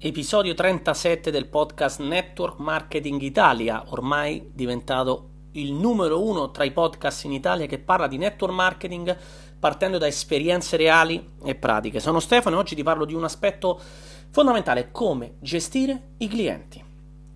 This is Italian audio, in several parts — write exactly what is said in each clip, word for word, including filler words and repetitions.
Episodio trentasette del podcast Network Marketing Italia, ormai diventato il numero uno tra i podcast in Italia che parla di network marketing partendo da esperienze reali e pratiche. Sono Stefano e oggi ti parlo di un aspetto fondamentale: come gestire i clienti.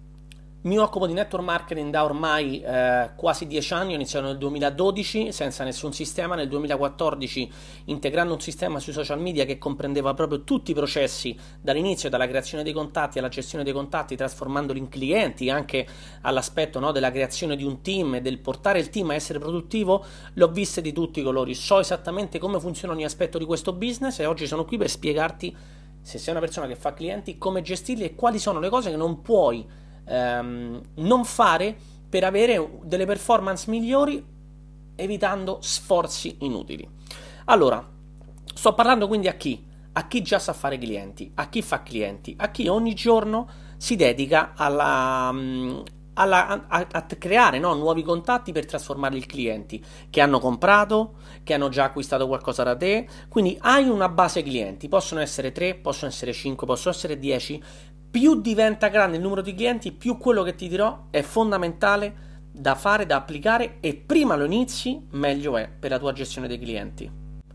Mi occupo di network marketing da ormai eh, quasi dieci anni, ho iniziato nel duemiladodici senza nessun sistema, nel duemilaquattordici integrando un sistema sui social media che comprendeva proprio tutti i processi dall'inizio, dalla creazione dei contatti alla gestione dei contatti, trasformandoli in clienti, anche all'aspetto no, della creazione di un team e del portare il team a essere produttivo. L'ho viste di tutti i colori, so esattamente come funziona ogni aspetto di questo business e oggi sono qui per spiegarti, se sei una persona che fa clienti, come gestirli e quali sono le cose che non puoi Um, non fare per avere delle performance migliori, evitando sforzi inutili. Allora, sto parlando quindi a chi? A chi già sa fare clienti, a chi fa clienti, a chi ogni giorno si dedica alla, um, alla, a, a creare no, nuovi contatti per trasformarli in clienti che hanno comprato, che hanno già acquistato qualcosa da te. Quindi hai una base clienti, possono essere tre, possono essere cinque, possono essere dieci. Più diventa grande il numero di clienti, più quello che ti dirò è fondamentale da fare, da applicare, e prima lo inizi, meglio è per la tua gestione dei clienti.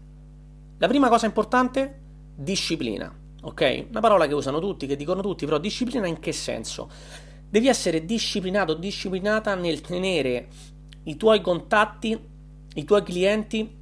La prima cosa importante, disciplina, ok? Una parola che usano tutti, che dicono tutti, però disciplina in che senso? Devi essere disciplinato, disciplinata nel tenere i tuoi contatti, i tuoi clienti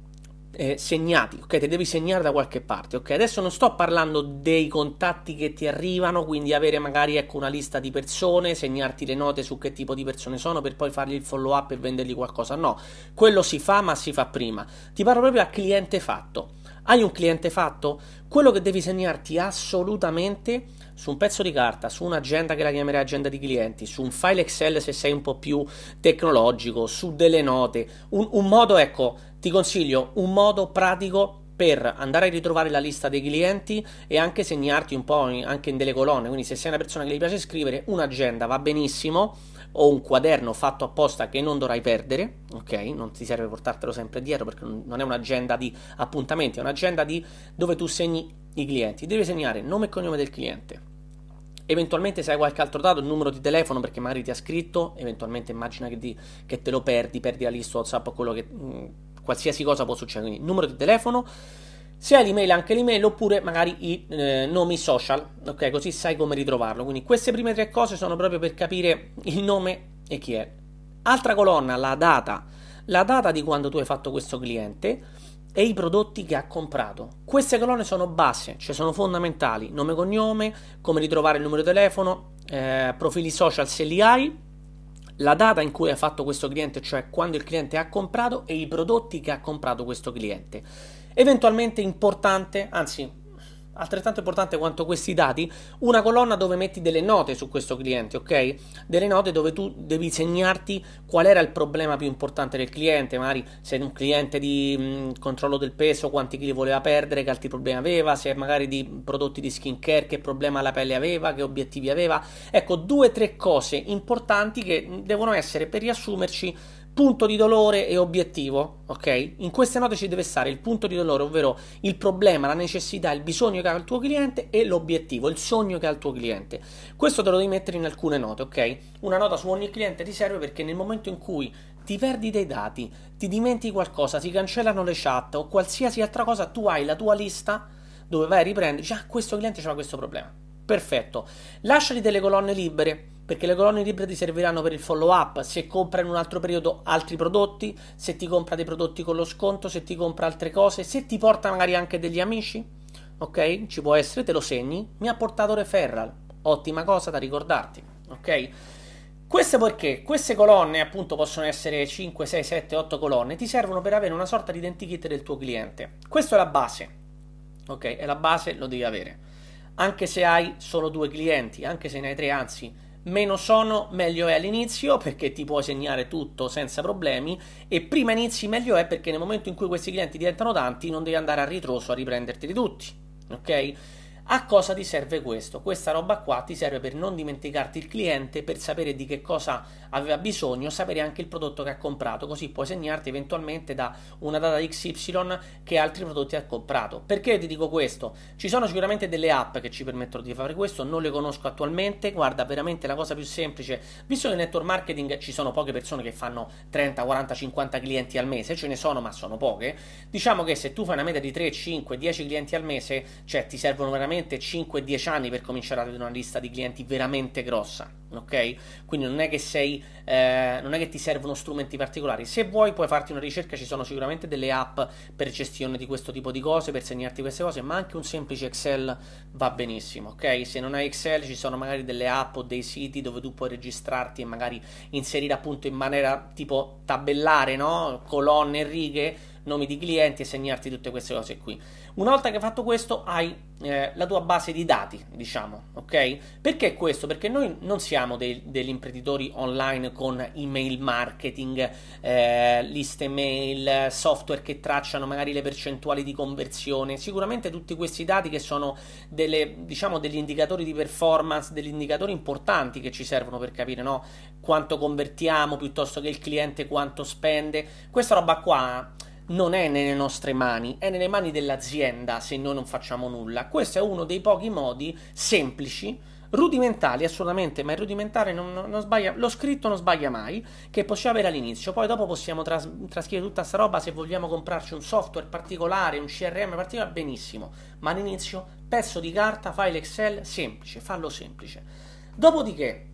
Eh, segnati, ok? Te devi segnare da qualche parte, ok? Adesso non sto parlando dei contatti che ti arrivano, quindi avere magari ecco una lista di persone, segnarti le note su che tipo di persone sono per poi fargli il follow up e vendergli qualcosa. No, quello si fa, ma si fa prima. Ti parlo proprio a cliente fatto. Hai un cliente fatto? Quello che devi segnarti assolutamente su un pezzo di carta, su un'agenda che la chiamerai agenda di clienti, su un file Excel se sei un po' più tecnologico, su delle note, un, un modo, ecco, ti consiglio un modo pratico per andare a ritrovare la lista dei clienti e anche segnarti un po' in, anche in delle colonne. Quindi se sei una persona che gli piace scrivere, un'agenda va benissimo, o un quaderno fatto apposta che non dovrai perdere, ok? Non ti serve portartelo sempre dietro perché non è un'agenda di appuntamenti, è un'agenda di dove tu segni i clienti. Devi segnare nome e cognome del cliente, eventualmente se hai qualche altro dato, il numero di telefono perché magari ti ha scritto, eventualmente immagina che, ti, che te lo perdi, perdi la lista WhatsApp o quello che mh, qualsiasi cosa può succedere. Quindi numero di telefono, se hai l'email anche l'email, oppure magari i eh, nomi social, ok? Così sai come ritrovarlo. Quindi queste prime tre cose sono proprio per capire il nome e chi è. Altra colonna, la data, la data di quando tu hai fatto questo cliente e i prodotti che ha comprato. Queste colonne sono base, cioè sono fondamentali: nome e cognome, come ritrovare il numero di telefono, eh, profili social se li hai, la data in cui hai fatto questo cliente, cioè quando il cliente ha comprato, e i prodotti che ha comprato questo cliente. Eventualmente importante, anzi altrettanto importante quanto questi dati, una colonna dove metti delle note su questo cliente, ok? Delle note dove tu devi segnarti qual era il problema più importante del cliente, magari se è un cliente di mh, controllo del peso, quanti chili voleva perdere, che altri problemi aveva, se è magari di prodotti di skincare, che problema alla pelle aveva, che obiettivi aveva. Ecco, due o tre cose importanti che devono essere, per riassumerci, punto di dolore e obiettivo, ok? In queste note ci deve stare il punto di dolore, ovvero il problema, la necessità, il bisogno che ha il tuo cliente, e l'obiettivo, il sogno che ha il tuo cliente. Questo te lo devi mettere in alcune note, ok? Una nota su ogni cliente ti serve perché nel momento in cui ti perdi dei dati, ti dimentichi qualcosa, si cancellano le chat o qualsiasi altra cosa, tu hai la tua lista dove vai a riprendere, dici, ah, questo cliente c'ha questo problema. Perfetto. Lasciali delle colonne libere, perché le colonne libere ti serviranno per il follow up, se compra in un altro periodo altri prodotti, se ti compra dei prodotti con lo sconto, se ti compra altre cose, se ti porta magari anche degli amici, ok? Ci può essere, te lo segni, mi ha portato referral, ottima cosa da ricordarti, ok? Queste perché? Queste colonne appunto possono essere cinque, sei, sette, otto colonne, ti servono per avere una sorta di identikit del tuo cliente. Questa è la base, ok? È la base, lo devi avere. Anche se hai solo due clienti, anche se ne hai tre, anzi meno sono meglio è all'inizio, perché ti puoi segnare tutto senza problemi, e prima inizi meglio è, perché nel momento in cui questi clienti diventano tanti non devi andare a ritroso a riprenderti di tutti, ok? A cosa ti serve questo? Questa roba qua ti serve per non dimenticarti il cliente, per sapere di che cosa aveva bisogno, sapere anche il prodotto che ha comprato, così puoi segnarti eventualmente da una data X Y che altri prodotti ha comprato. Perché ti dico questo? Ci sono sicuramente delle app che ci permettono di fare questo, non le conosco attualmente. Guarda, veramente la cosa più semplice, visto che nel network marketing ci sono poche persone che fanno trenta, quaranta, cinquanta clienti al mese, ce ne sono ma sono poche, diciamo che se tu fai una media di tre, cinque, dieci clienti al mese, cioè ti servono veramente cinque dieci anni per cominciare ad avere una lista di clienti veramente grossa, ok? Quindi non è che sei eh, non è che ti servono strumenti particolari. Se vuoi puoi farti una ricerca, ci sono sicuramente delle app per gestione di questo tipo di cose, per segnarti queste cose, ma anche un semplice Excel va benissimo, ok? Se non hai Excel ci sono magari delle app o dei siti dove tu puoi registrarti e magari inserire appunto in maniera tipo tabellare, no? Colonne e righe, nomi di clienti e segnarti tutte queste cose qui. Una volta che hai fatto questo hai eh, la tua base di dati, diciamo, ok? Perché questo? Perché noi non siamo dei, degli imprenditori online con email marketing, eh, liste mail, software che tracciano magari le percentuali di conversione. Sicuramente tutti questi dati che sono delle, diciamo, degli indicatori di performance, degli indicatori importanti che ci servono per capire, no? Quanto convertiamo piuttosto che il cliente quanto spende. Questa roba qua non è nelle nostre mani, è nelle mani dell'azienda se noi non facciamo nulla. Questo è uno dei pochi modi semplici, rudimentali assolutamente, ma il rudimentale non, non, non sbaglia, lo scritto non sbaglia mai, che possiamo avere all'inizio. Poi dopo possiamo tras- trascrivere tutta sta roba se vogliamo comprarci un software particolare, un C R M particolare, benissimo, ma all'inizio pezzo di carta, file Excel semplice, fallo semplice. Dopodiché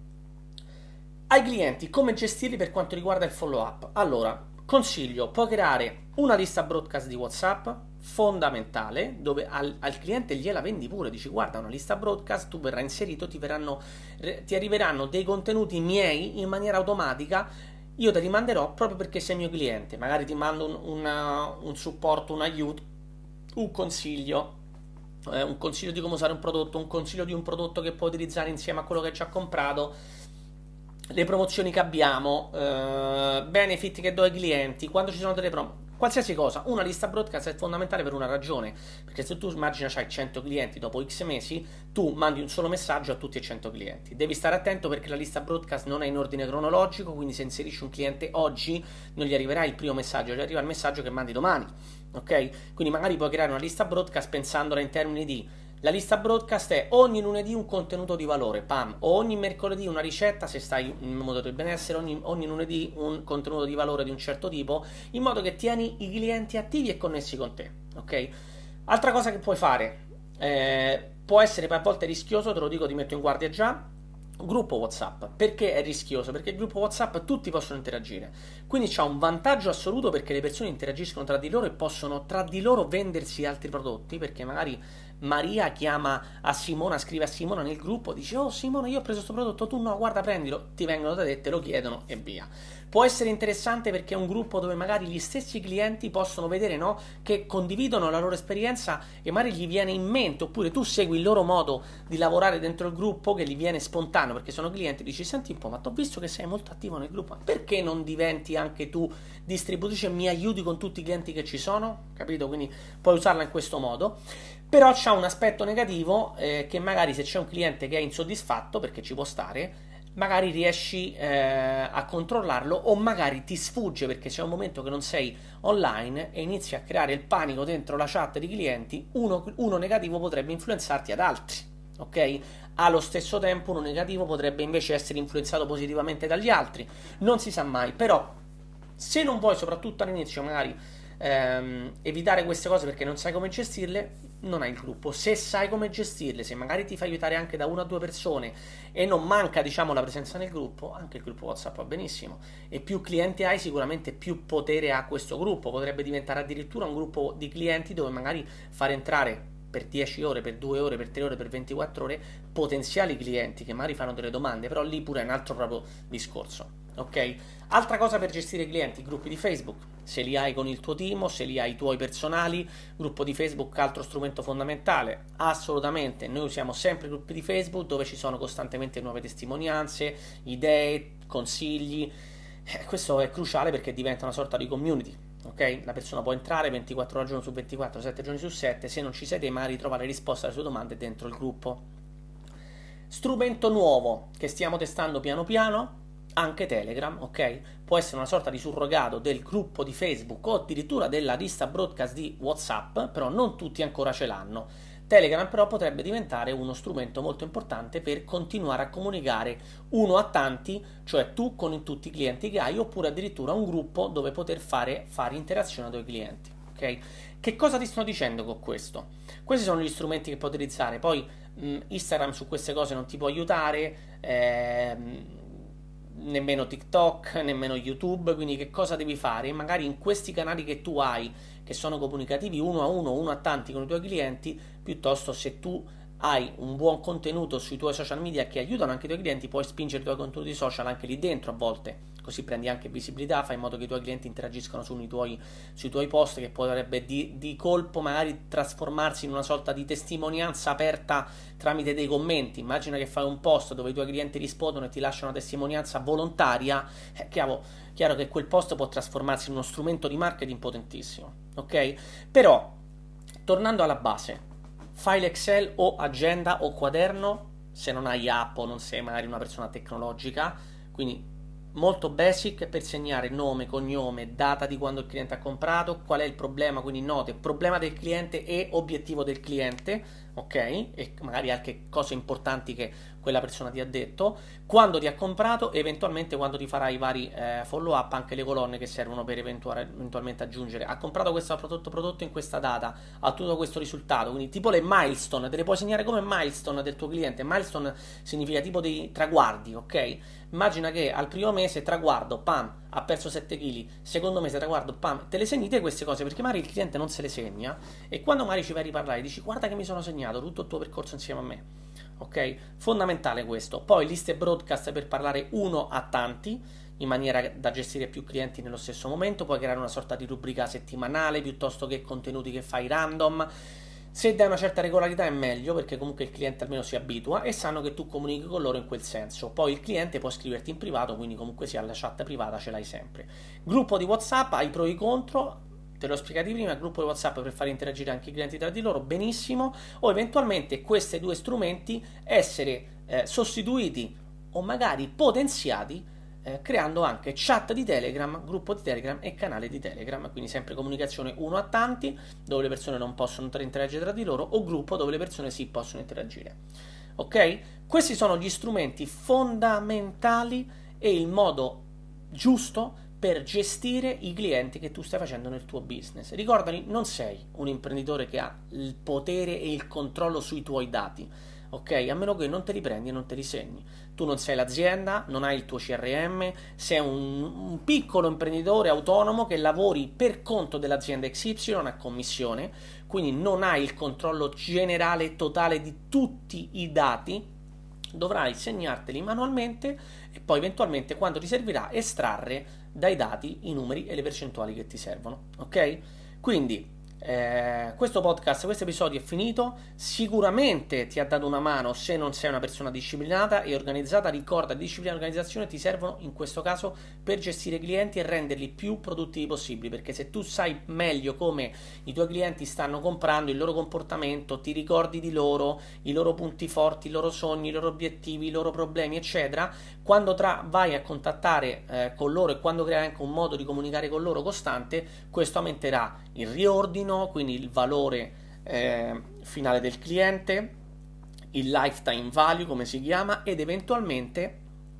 ai clienti come gestirli per quanto riguarda il follow up? Allora, consiglio, puoi creare una lista broadcast di WhatsApp fondamentale, dove al, al cliente gliela vendi pure, dici guarda una lista broadcast, tu verrai inserito, ti, verranno, ti arriveranno dei contenuti miei in maniera automatica, io te li manderò proprio perché sei mio cliente, magari ti mando un, una, un supporto, un aiuto, un consiglio, eh, un consiglio di come usare un prodotto, un consiglio di un prodotto che puoi utilizzare insieme a quello che hai già comprato, le promozioni che abbiamo, eh, benefit che do ai clienti, quando ci sono delle promo, qualsiasi cosa. Una lista broadcast è fondamentale per una ragione, perché se tu immagina c'hai cento clienti dopo X mesi, tu mandi un solo messaggio a tutti e cento clienti. Devi stare attento perché la lista broadcast non è in ordine cronologico, quindi se inserisci un cliente oggi non gli arriverà il primo messaggio, gli arriva il messaggio che mandi domani, ok? Quindi magari puoi creare una lista broadcast pensandola in termini di: la lista broadcast è ogni lunedì un contenuto di valore, pam, o ogni mercoledì una ricetta, se stai in modo del benessere, ogni, ogni lunedì un contenuto di valore di un certo tipo, in modo che tieni i clienti attivi e connessi con te, ok? Altra cosa che puoi fare, eh, può essere per a volte rischioso, te lo dico, ti metto in guardia già, gruppo WhatsApp. Perché è rischioso? Perché il gruppo WhatsApp tutti possono interagire, quindi c'ha un vantaggio assoluto perché le persone interagiscono tra di loro e possono tra di loro vendersi altri prodotti, perché magari Maria chiama a Simona, scrive a Simona nel gruppo, dice: oh Simona, io ho preso questo prodotto, tu no, guarda prendilo, ti vengono da te, te lo chiedono e via. Può essere interessante perché è un gruppo dove magari gli stessi clienti possono vedere, no, che condividono la loro esperienza e magari gli viene in mente, oppure tu segui il loro modo di lavorare dentro il gruppo che gli viene spontaneo perché sono clienti, dici: senti un po', ma ti ho visto che sei molto attivo nel gruppo, perché non diventi anche tu distributrice e mi aiuti con tutti i clienti che ci sono? Capito? Quindi puoi usarla in questo modo. Però c'ha un aspetto negativo, eh, che magari se c'è un cliente che è insoddisfatto, perché ci può stare, magari riesci eh, a controllarlo, o magari ti sfugge perché c'è un momento che non sei online e inizi a creare il panico dentro la chat di clienti. Uno, uno negativo potrebbe influenzarti ad altri, ok? Allo stesso tempo uno negativo potrebbe invece essere influenzato positivamente dagli altri, non si sa mai. Però se non vuoi, soprattutto all'inizio, magari ehm, evitare queste cose perché non sai come gestirle, non hai il gruppo. Se sai come gestirle, se magari ti fai aiutare anche da una o due persone e non manca, diciamo, la presenza nel gruppo, anche il gruppo WhatsApp va benissimo. E più clienti hai, sicuramente più potere ha questo gruppo. Potrebbe diventare addirittura un gruppo di clienti dove magari far entrare per dieci ore, per due ore, per tre ore, per ventiquattro ore potenziali clienti che magari fanno delle domande, però lì pure è un altro proprio discorso, ok? Altra cosa per gestire i clienti: gruppi di Facebook, se li hai con il tuo team o se li hai i tuoi personali. Gruppo di Facebook, altro strumento fondamentale, assolutamente. Noi usiamo sempre gruppi di Facebook dove ci sono costantemente nuove testimonianze, idee, consigli. Eh, questo è cruciale perché diventa una sorta di community, ok? La persona può entrare ventiquattro ore al giorno su ventiquattro, sette giorni su sette, se non ci sei te magari trova le risposte alle sue domande dentro il gruppo. Strumento nuovo che stiamo testando piano piano, anche Telegram, ok? Può essere una sorta di surrogato del gruppo di Facebook o addirittura della lista broadcast di WhatsApp, però non tutti ancora ce l'hanno. Telegram però potrebbe diventare uno strumento molto importante per continuare a comunicare uno a tanti, cioè tu con tutti i clienti che hai, oppure addirittura un gruppo dove poter fare, fare interazione ai tuoi clienti, ok? Che cosa ti sto dicendo con questo? Questi sono gli strumenti che puoi utilizzare, poi mh, Instagram su queste cose non ti può aiutare, ehm, nemmeno TikTok, nemmeno YouTube, quindi che cosa devi fare? Magari in questi canali che tu hai, che sono comunicativi uno a uno, uno a tanti con i tuoi clienti, piuttosto se tu hai un buon contenuto sui tuoi social media che aiutano anche i tuoi clienti, puoi spingere i tuoi contenuti social anche lì dentro a volte, così prendi anche visibilità, fai in modo che i tuoi clienti interagiscano sui tuoi, sui tuoi post, che potrebbe di, di colpo magari trasformarsi in una sorta di testimonianza aperta tramite dei commenti. Immagina che fai un post dove i tuoi clienti rispondono e ti lasciano una testimonianza volontaria, è chiaro, chiaro che quel post può trasformarsi in uno strumento di marketing potentissimo, ok? Però, tornando alla base, file Excel o agenda o quaderno, se non hai app o non sei magari una persona tecnologica, quindi molto basic per segnare nome, cognome, data di quando il cliente ha comprato, qual è il problema, quindi note, problema del cliente e obiettivo del cliente, ok? E magari anche cose importanti che quella persona ti ha detto, quando ti ha comprato e eventualmente quando ti farai i vari eh, follow up, anche le colonne che servono per eventualmente aggiungere ha comprato questo prodotto, prodotto in questa data, ha ottenuto questo risultato, quindi tipo le milestone, te le puoi segnare come milestone del tuo cliente. Milestone significa tipo dei traguardi, ok? Immagina che al primo mese traguardo, pam, ha perso sette chili, secondo mese traguardo, pam, te le segnite queste cose perché magari il cliente non se le segna e quando magari ci vai a riparlare dici guarda che mi sono segnato tutto il tuo percorso insieme a me, ok? Fondamentale questo. Poi liste broadcast per parlare uno a tanti in maniera da gestire più clienti nello stesso momento, puoi creare una sorta di rubrica settimanale piuttosto che contenuti che fai random. Se dai una certa regolarità è meglio perché comunque il cliente almeno si abitua e sanno che tu comunichi con loro in quel senso. Poi il cliente può scriverti in privato, quindi comunque sia la chat privata ce l'hai sempre. Gruppo di WhatsApp, hai pro e i contro, te l'ho spiegato prima, il gruppo di WhatsApp per far interagire anche i clienti tra di loro, benissimo, o eventualmente questi due strumenti essere eh, sostituiti o magari potenziati Eh, creando anche chat di Telegram, gruppo di Telegram e canale di Telegram, quindi sempre comunicazione uno a tanti dove le persone non possono interagire tra di loro o gruppo dove le persone sì possono interagire, ok? Questi sono gli strumenti fondamentali e il modo giusto per gestire i clienti che tu stai facendo nel tuo business. Ricordati, non sei un imprenditore che ha il potere e il controllo sui tuoi dati, ok? A meno che non te li prendi e non te li segni. Tu non sei l'azienda, non hai il tuo C R M, sei un, un piccolo imprenditore autonomo che lavori per conto dell'azienda X Y a commissione, quindi non hai il controllo generale totale di tutti i dati, dovrai segnarteli manualmente e poi eventualmente quando ti servirà estrarre dai dati i numeri e le percentuali che ti servono, ok? Quindi Eh, questo podcast, questo episodio è finito. Sicuramente ti ha dato una mano se non sei una persona disciplinata e organizzata. Ricorda, disciplina e organizzazione ti servono in questo caso per gestire i clienti e renderli più produttivi possibili, perché se tu sai meglio come i tuoi clienti stanno comprando, il loro comportamento, ti ricordi di loro, i loro punti forti, i loro sogni, i loro obiettivi, i loro problemi eccetera, quando tra vai a contattare eh, con loro e quando crei anche un modo di comunicare con loro costante, questo aumenterà il riordino, quindi il valore eh, finale del cliente, il lifetime value come si chiama, ed eventualmente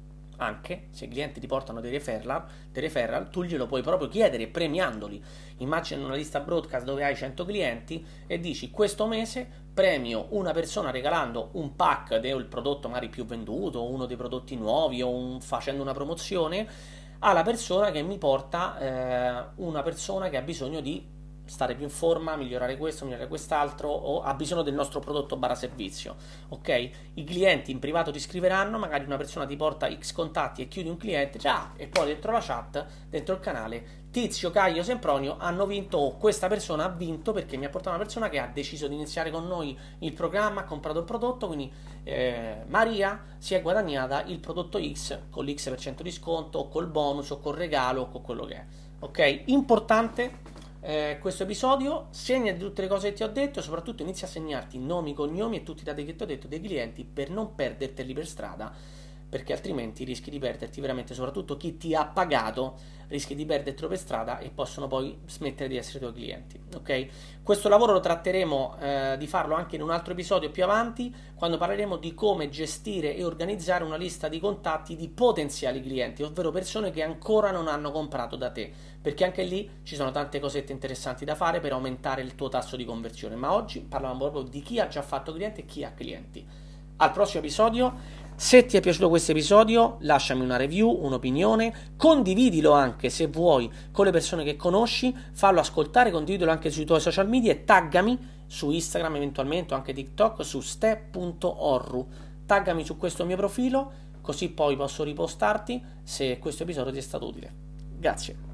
anche se i clienti ti portano dei referral, dei referral tu glielo puoi proprio chiedere premiandoli. Immagina una lista broadcast dove hai cento clienti e dici questo mese premio una persona regalando un pack del prodotto magari più venduto o uno dei prodotti nuovi o un, facendo una promozione alla persona che mi porta eh, una persona che ha bisogno di stare più in forma, migliorare questo, migliorare quest'altro, o ha bisogno del nostro prodotto barra servizio, ok? I clienti in privato ti scriveranno, magari una persona ti porta X contatti e chiudi un cliente, già, e poi dentro la chat, dentro il canale, Tizio, Caio, Sempronio hanno vinto, o questa persona ha vinto perché mi ha portato una persona che ha deciso di iniziare con noi il programma, ha comprato il prodotto, quindi eh, Maria si è guadagnata il prodotto X con l'X per cento di sconto, o col bonus, o col regalo, o con quello che è. Ok? Importante eh, questo episodio, segnati tutte le cose che ti ho detto e soprattutto inizia a segnarti nomi, cognomi e tutti i dati che ti ho detto dei clienti per non perderteli per strada, perché altrimenti rischi di perderti veramente, soprattutto chi ti ha pagato, rischi di perdertelo per strada e possono poi smettere di essere tuoi clienti, ok? Questo lavoro lo tratteremo eh, di farlo anche in un altro episodio più avanti, quando parleremo di come gestire e organizzare una lista di contatti di potenziali clienti, ovvero persone che ancora non hanno comprato da te, perché anche lì ci sono tante cosette interessanti da fare per aumentare il tuo tasso di conversione, ma oggi parliamo proprio di chi ha già fatto clienti e chi ha clienti. Al prossimo episodio. Se ti è piaciuto questo episodio, lasciami una review, un'opinione, condividilo anche se vuoi con le persone che conosci, fallo ascoltare, condividilo anche sui tuoi social media e taggami su Instagram eventualmente o anche TikTok su step punto orru. Taggami su questo mio profilo, così poi posso ripostarti se questo episodio ti è stato utile. Grazie.